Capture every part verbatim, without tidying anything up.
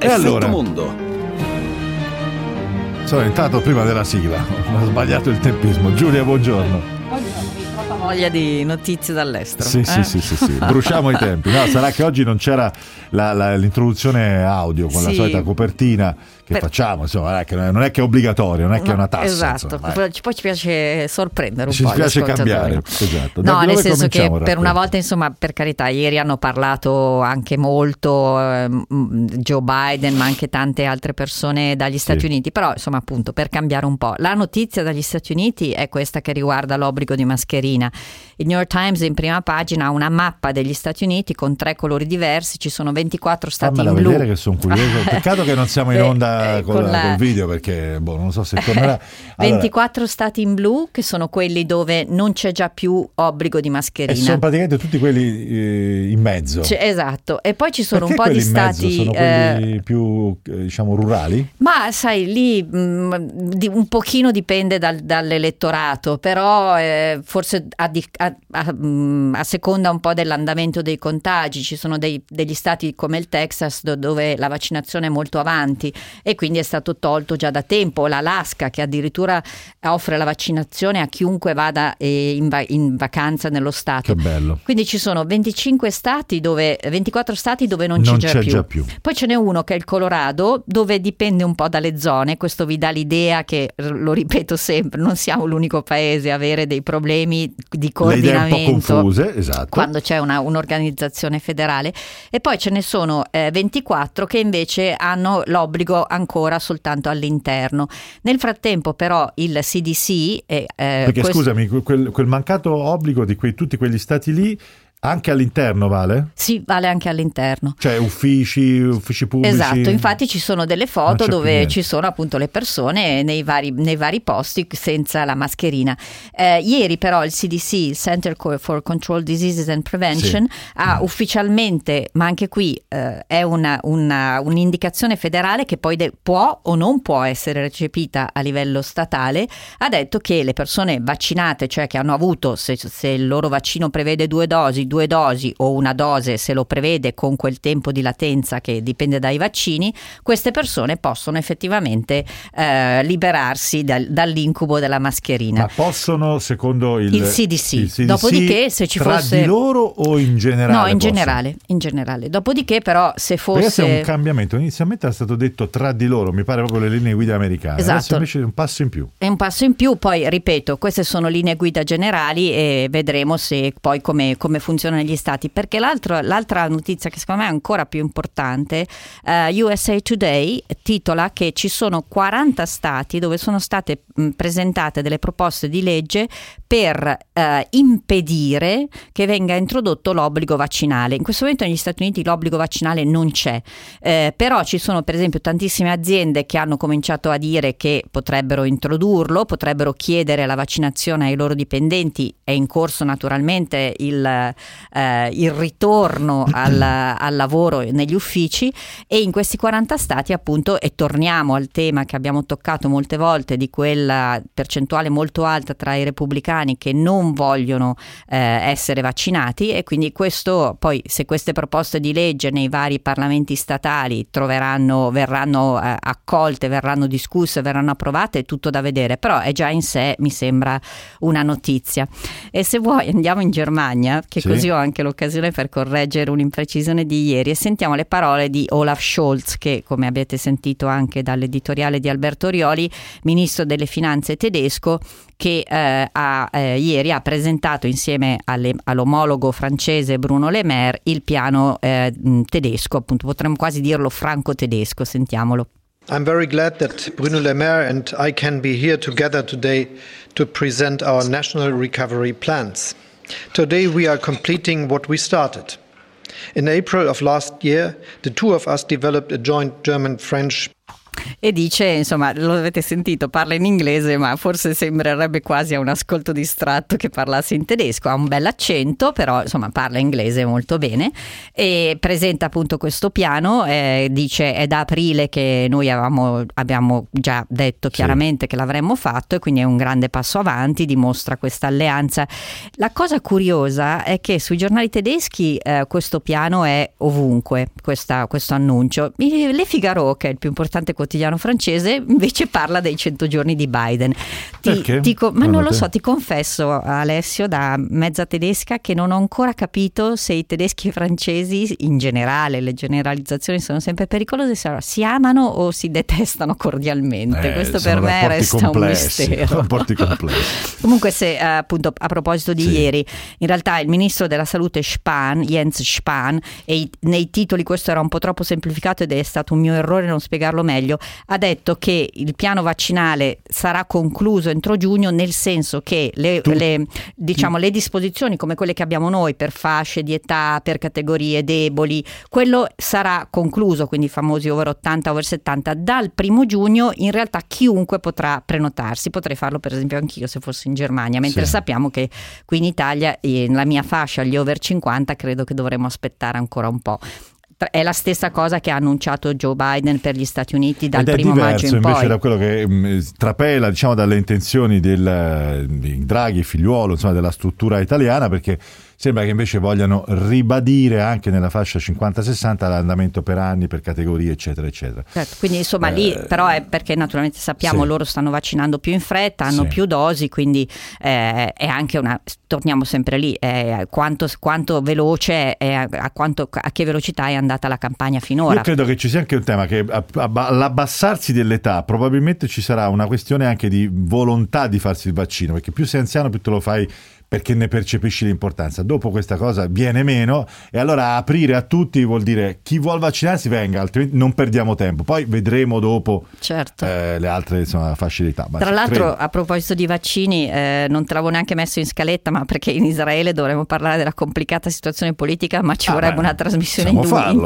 Effetto allora, Mondo. sono entrato prima della sigla, ho sbagliato il tempismo. Giulia, buongiorno. Voglia di notizie dall'estero. Sì, eh? sì, sì, sì, sì. Bruciamo i tempi. No, sarà che oggi non c'era la, la, l'introduzione audio con sì. la solita copertina che per... facciamo, insomma, non è che è obbligatorio, non è che no, è una tassa. Esatto, insomma, poi ci piace sorprendere un ci po'. Ci piace cambiare, esatto. No, nel senso che per racconto? una volta, insomma, per carità, ieri hanno parlato anche molto eh, Joe Biden, ma anche tante altre persone dagli Stati sì. Uniti, però insomma, appunto, per cambiare un po'. La notizia dagli Stati Uniti è questa che riguarda l'obbligo di mascherina. Il New York Times in prima pagina ha una mappa degli Stati Uniti con tre colori diversi, ci sono ventiquattro stati Fammela in blu. vedere che sono curioso. Peccato che non siamo in onda eh, col, la... col video, perché boh, non so se tornerà. Allora, ventiquattro stati in blu, che sono quelli dove non c'è già più obbligo di mascherina. E sono praticamente tutti quelli eh, in mezzo. C'è, esatto. E poi ci sono perché un po' di in stati mezzo? Sono quelli eh, più eh, diciamo rurali? Ma sai, lì mh, di, un pochino dipende dal, dall'elettorato, però eh, forse a, a, a, a seconda un po' dell'andamento dei contagi. Ci sono dei, degli stati come il Texas dove la vaccinazione è molto avanti e quindi è stato tolto già da tempo. L'Alaska, che addirittura offre la vaccinazione a chiunque vada eh, in, va- in vacanza nello stato. Che bello. Quindi ci sono venticinque stati dove ventiquattro stati dove non, non c'è, già, c'è più. già più. Poi ce n'è uno che è il Colorado, dove dipende un po' dalle zone. Questo vi dà l'idea che, lo ripeto sempre, non siamo l'unico paese a avere dei problemi di coordinamento. Le idee un po' confuse, esatto. Quando c'è una, un'organizzazione federale. E poi ce ne sono eh, ventiquattro che invece hanno l'obbligo ancora soltanto all'interno. Nel frattempo però il C D C eh, perché questo... scusami, quel, quel mancato obbligo di quei, tutti quegli stati lì anche all'interno vale? Sì, vale anche all'interno. Cioè uffici, uffici pubblici? Esatto, infatti ci sono delle foto dove ci sono appunto le persone nei vari, nei vari posti senza la mascherina. Eh, ieri però il C D C, il Center for Control Diseases and Prevention, sì. ha mm. ufficialmente, ma anche qui eh, è una, una, un'indicazione federale che poi de- può o non può essere recepita a livello statale, ha detto che le persone vaccinate, cioè che hanno avuto, se, se il loro vaccino prevede due dosi, due dosi o una dose se lo prevede con quel tempo di latenza che dipende dai vaccini, queste persone possono effettivamente eh, liberarsi dal, dall'incubo della mascherina. Ma possono, secondo il, il C D C. Il C D C Dopodiché se ci tra fosse... di loro o in generale? No, in possono? generale, in generale. Dopodiché però se fosse... Questo è un cambiamento. Inizialmente era stato detto tra di loro, mi pare proprio le linee guida americane. Esatto. Adesso invece è un passo in più. È un passo in più, poi ripeto, queste sono linee guida generali e vedremo se poi come, come funzionano negli stati. Perché l'altro, l'altra notizia che secondo me è ancora più importante, uh, U S A Today titola che ci sono quaranta stati dove sono state mh, presentate delle proposte di legge per uh, impedire che venga introdotto l'obbligo vaccinale. In questo momento negli Stati Uniti l'obbligo vaccinale non c'è, eh, però ci sono per esempio tantissime aziende che hanno cominciato a dire che potrebbero introdurlo, potrebbero chiedere la vaccinazione ai loro dipendenti. È in corso naturalmente il, eh, il ritorno al, al lavoro negli uffici e in questi quaranta stati appunto, e torniamo al tema che abbiamo toccato molte volte di quella percentuale molto alta tra i repubblicani che non vogliono eh, essere vaccinati, e quindi questo poi, se queste proposte di legge nei vari parlamenti statali troveranno, verranno eh, accolte, verranno discusse, verranno approvate, è tutto da vedere, però è già in sé, mi sembra, una notizia. E se vuoi andiamo in Germania, che sì. Così ho anche l'occasione per correggere un'imprecisione di ieri, e sentiamo le parole di Olaf Scholz, che come avete sentito anche dall'editoriale di Alberto Rioli, ministro delle finanze tedesco, che eh, ha, eh, ieri ha presentato insieme alle, all'omologo francese Bruno Le Maire il piano eh, tedesco, appunto potremmo quasi dirlo franco-tedesco. Sentiamolo. I'm very glad that Bruno Le Maire and I can be here together today to present our national recovery plans. Today we are completing what we started. In April of last year, the two of us developed a joint German-French E dice, insomma, lo avete sentito, parla in inglese, ma forse sembrerebbe quasi a un ascolto distratto che parlasse in tedesco. Ha un bel accento, però insomma parla inglese molto bene e presenta appunto questo piano. Eh, dice è da aprile che noi avevamo, abbiamo già detto chiaramente sì. che l'avremmo fatto, e quindi è un grande passo avanti, dimostra questa alleanza. La cosa curiosa è che sui giornali tedeschi eh, questo piano è ovunque, questa, questo annuncio. Le Figaro, che è il più importante quotidiano francese, invece parla dei cento giorni di Biden. Ti, ti, ma non lo so, ti confesso, Alessio, da mezza tedesca, che non ho ancora capito se i tedeschi e i francesi, in generale, le generalizzazioni sono sempre pericolose, se si amano o si detestano cordialmente. Eh, Questo per me resta complessi, un mistero. Rapporti complessi. Comunque, se eh, appunto a proposito di sì. ieri, in realtà il ministro della salute Spahn, Jens Spahn, e i, nei titoli questo era un po' troppo semplificato ed è stato un mio errore non spiegarlo meglio, ha detto che il piano vaccinale sarà concluso entro giugno, nel senso che le, le, diciamo, le disposizioni come quelle che abbiamo noi per fasce di età, per categorie deboli, quello sarà concluso, quindi i famosi over ottanta, over settanta, dal primo giugno. In realtà chiunque potrà prenotarsi, potrei farlo per esempio anch'io se fossi in Germania, mentre sì. sappiamo che qui in Italia, la mia fascia, gli over cinquanta, credo che dovremo aspettare ancora un po'. È la stessa cosa che ha annunciato Joe Biden per gli Stati Uniti dal primo maggio in invece poi. Da quello che mh, trapela, diciamo, dalle intenzioni del, di Draghi, figliuolo, insomma, della struttura italiana, perché sembra che invece vogliano ribadire anche nella fascia cinquanta sessanta l'andamento per anni, per categorie, eccetera, eccetera. Certo, quindi insomma eh, lì però è perché naturalmente sappiamo sì. loro stanno vaccinando più in fretta, hanno sì. più dosi, quindi eh, è anche una, torniamo sempre lì, eh, quanto, quanto veloce è, a, quanto, a che velocità è andata la campagna finora. Io credo che ci sia anche un tema che all'abbassarsi dell'età probabilmente ci sarà una questione anche di volontà di farsi il vaccino, perché più sei anziano più te lo fai perché ne percepisci l'importanza. Dopo questa cosa viene meno, e allora aprire a tutti vuol dire chi vuol vaccinarsi venga, altrimenti non perdiamo tempo. Poi vedremo dopo certo. eh, le altre, insomma, fasce d'età. Ma tra l'altro credo. A proposito di vaccini, eh, non te l'avevo neanche messo in scaletta, ma perché in Israele dovremmo parlare della complicata situazione politica, ma ci ah, vorrebbe beh, una trasmissione in due. Farlo.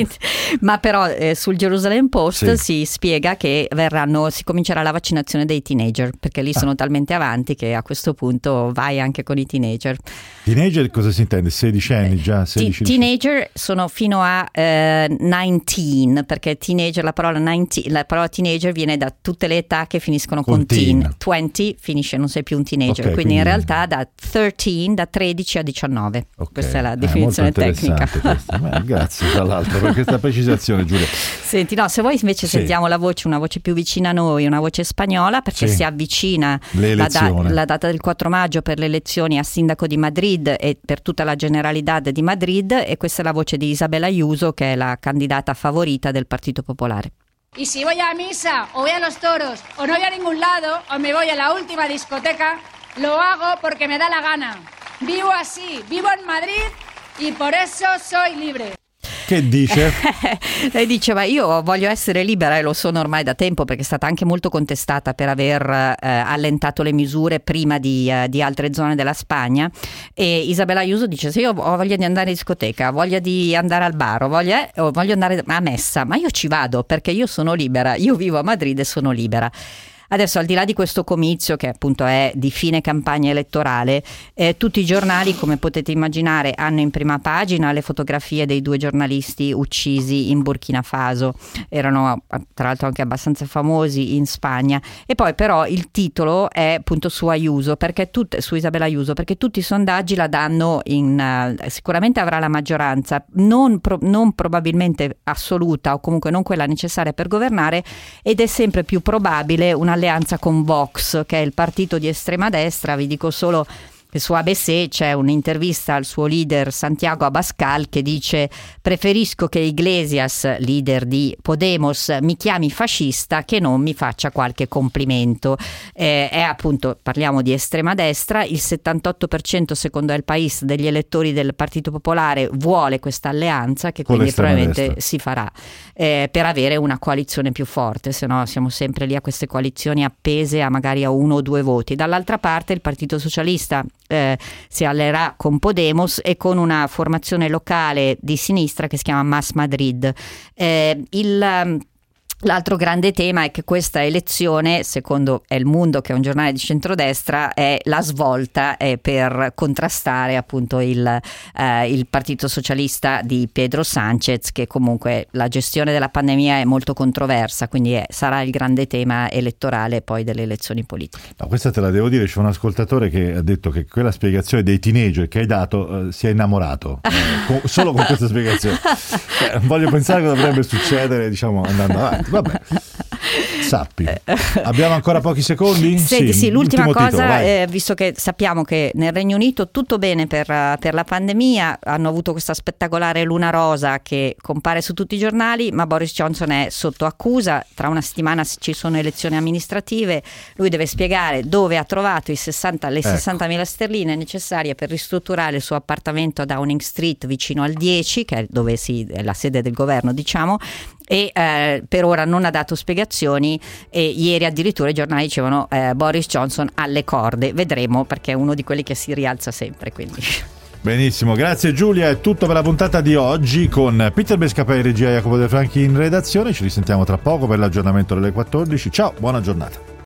Ma però eh, sul Jerusalem Post sì. si spiega che verranno, si comincerà la vaccinazione dei teenager, perché lì ah. sono talmente avanti che a questo punto vai anche con i teenager. Teenager cosa si intende? sedici anni già? sedici, teenager sono fino a eh, diciannove, perché teenager, la parola, nineteen, la parola teenager viene da tutte le età che finiscono con, con teen. teen. venti finisce, non sei più un teenager, okay, quindi, quindi in realtà da tredici, da tredici a diciannove. Okay. Questa è la definizione eh, tecnica. Beh, grazie tra l'altro per questa precisazione, Giulia. Senti, no, se vuoi invece sì. sentiamo la voce, una voce più vicina a noi, una voce spagnola, perché sì. si avvicina la, da- la data del quattro maggio per le elezioni a sindaco di Madrid e per tutta la Generalidad di Madrid, e questa è la voce di Isabel Ayuso, che è la candidata favorita del Partito Popolare. Y si voy a misa o voy a los toros o no voy a ningún lado o me voy a la última discoteca, lo hago porque me da la gana. Vivo así, vivo en Madrid y por eso soy libre. Che dice? Lei dice: ma io voglio essere libera, e lo sono ormai da tempo, perché è stata anche molto contestata per aver eh, allentato le misure prima di, eh, di altre zone della Spagna. E Isabel Ayuso dice: se io ho voglia di andare in discoteca, ho voglia di andare al bar, ho voglia, eh, voglio andare a messa, ma io ci vado perché io sono libera, io vivo a Madrid e sono libera. Adesso, al di là di questo comizio, che appunto è di fine campagna elettorale, eh, tutti i giornali, come potete immaginare, hanno in prima pagina le fotografie dei due giornalisti uccisi in Burkina Faso. Erano tra l'altro anche abbastanza famosi in Spagna. E poi però il titolo è appunto su Ayuso, perché tut- su Isabel Ayuso, perché tutti i sondaggi la danno in... Uh, sicuramente avrà la maggioranza, non, pro- non probabilmente assoluta, o comunque non quella necessaria per governare, ed è sempre più probabile una alleanza con Vox, che è il partito di estrema destra. Vi dico solo che su A B C c'è un'intervista al suo leader Santiago Abascal, che dice: preferisco che Iglesias, leader di Podemos, mi chiami fascista che non mi faccia qualche complimento. Eh, è appunto, parliamo di estrema destra. Il settantotto per cento, secondo El País, degli elettori del Partito Popolare vuole questa alleanza, che con quindi probabilmente destra si farà eh, per avere una coalizione più forte, se no siamo sempre lì a queste coalizioni appese a magari a uno o due voti. Dall'altra parte il Partito Socialista Eh, si alleerà con Podemos e con una formazione locale di sinistra che si chiama Mas Madrid. Eh, il L'altro grande tema è che questa elezione, secondo El Mundo, che è un giornale di centrodestra, è la svolta è per contrastare appunto il, eh, il Partito Socialista di Pedro Sánchez, che comunque la gestione della pandemia è molto controversa, quindi è, sarà il grande tema elettorale poi delle elezioni politiche. No, questa te la devo dire, c'è un ascoltatore che ha detto che quella spiegazione dei teenager che hai dato eh, si è innamorato eh, con, solo con questa spiegazione. Eh, voglio pensare cosa dovrebbe succedere, diciamo, andando avanti. Vabbè, sappi. Abbiamo ancora pochi secondi? Senti, sì, sì, l'ultima cosa, titolo, eh, visto che sappiamo che nel Regno Unito tutto bene per, per la pandemia, hanno avuto questa spettacolare luna rosa che compare su tutti i giornali, ma Boris Johnson è sotto accusa, tra una settimana ci sono elezioni amministrative, lui deve spiegare dove ha trovato i sessanta, le ecco. sessantamila sterline necessarie per ristrutturare il suo appartamento a Downing Street vicino al dieci, che è dove si, è la sede del governo, diciamo, e eh, per ora non ha dato spiegazioni, e ieri addirittura i giornali dicevano eh, Boris Johnson alle corde. Vedremo, perché è uno di quelli che si rialza sempre, quindi. Benissimo, grazie Giulia, è tutto per la puntata di oggi con Peter Bescapè in regia e Jacopo De Franchi in redazione. Ci risentiamo tra poco per l'aggiornamento delle quattordici. Ciao, buona giornata.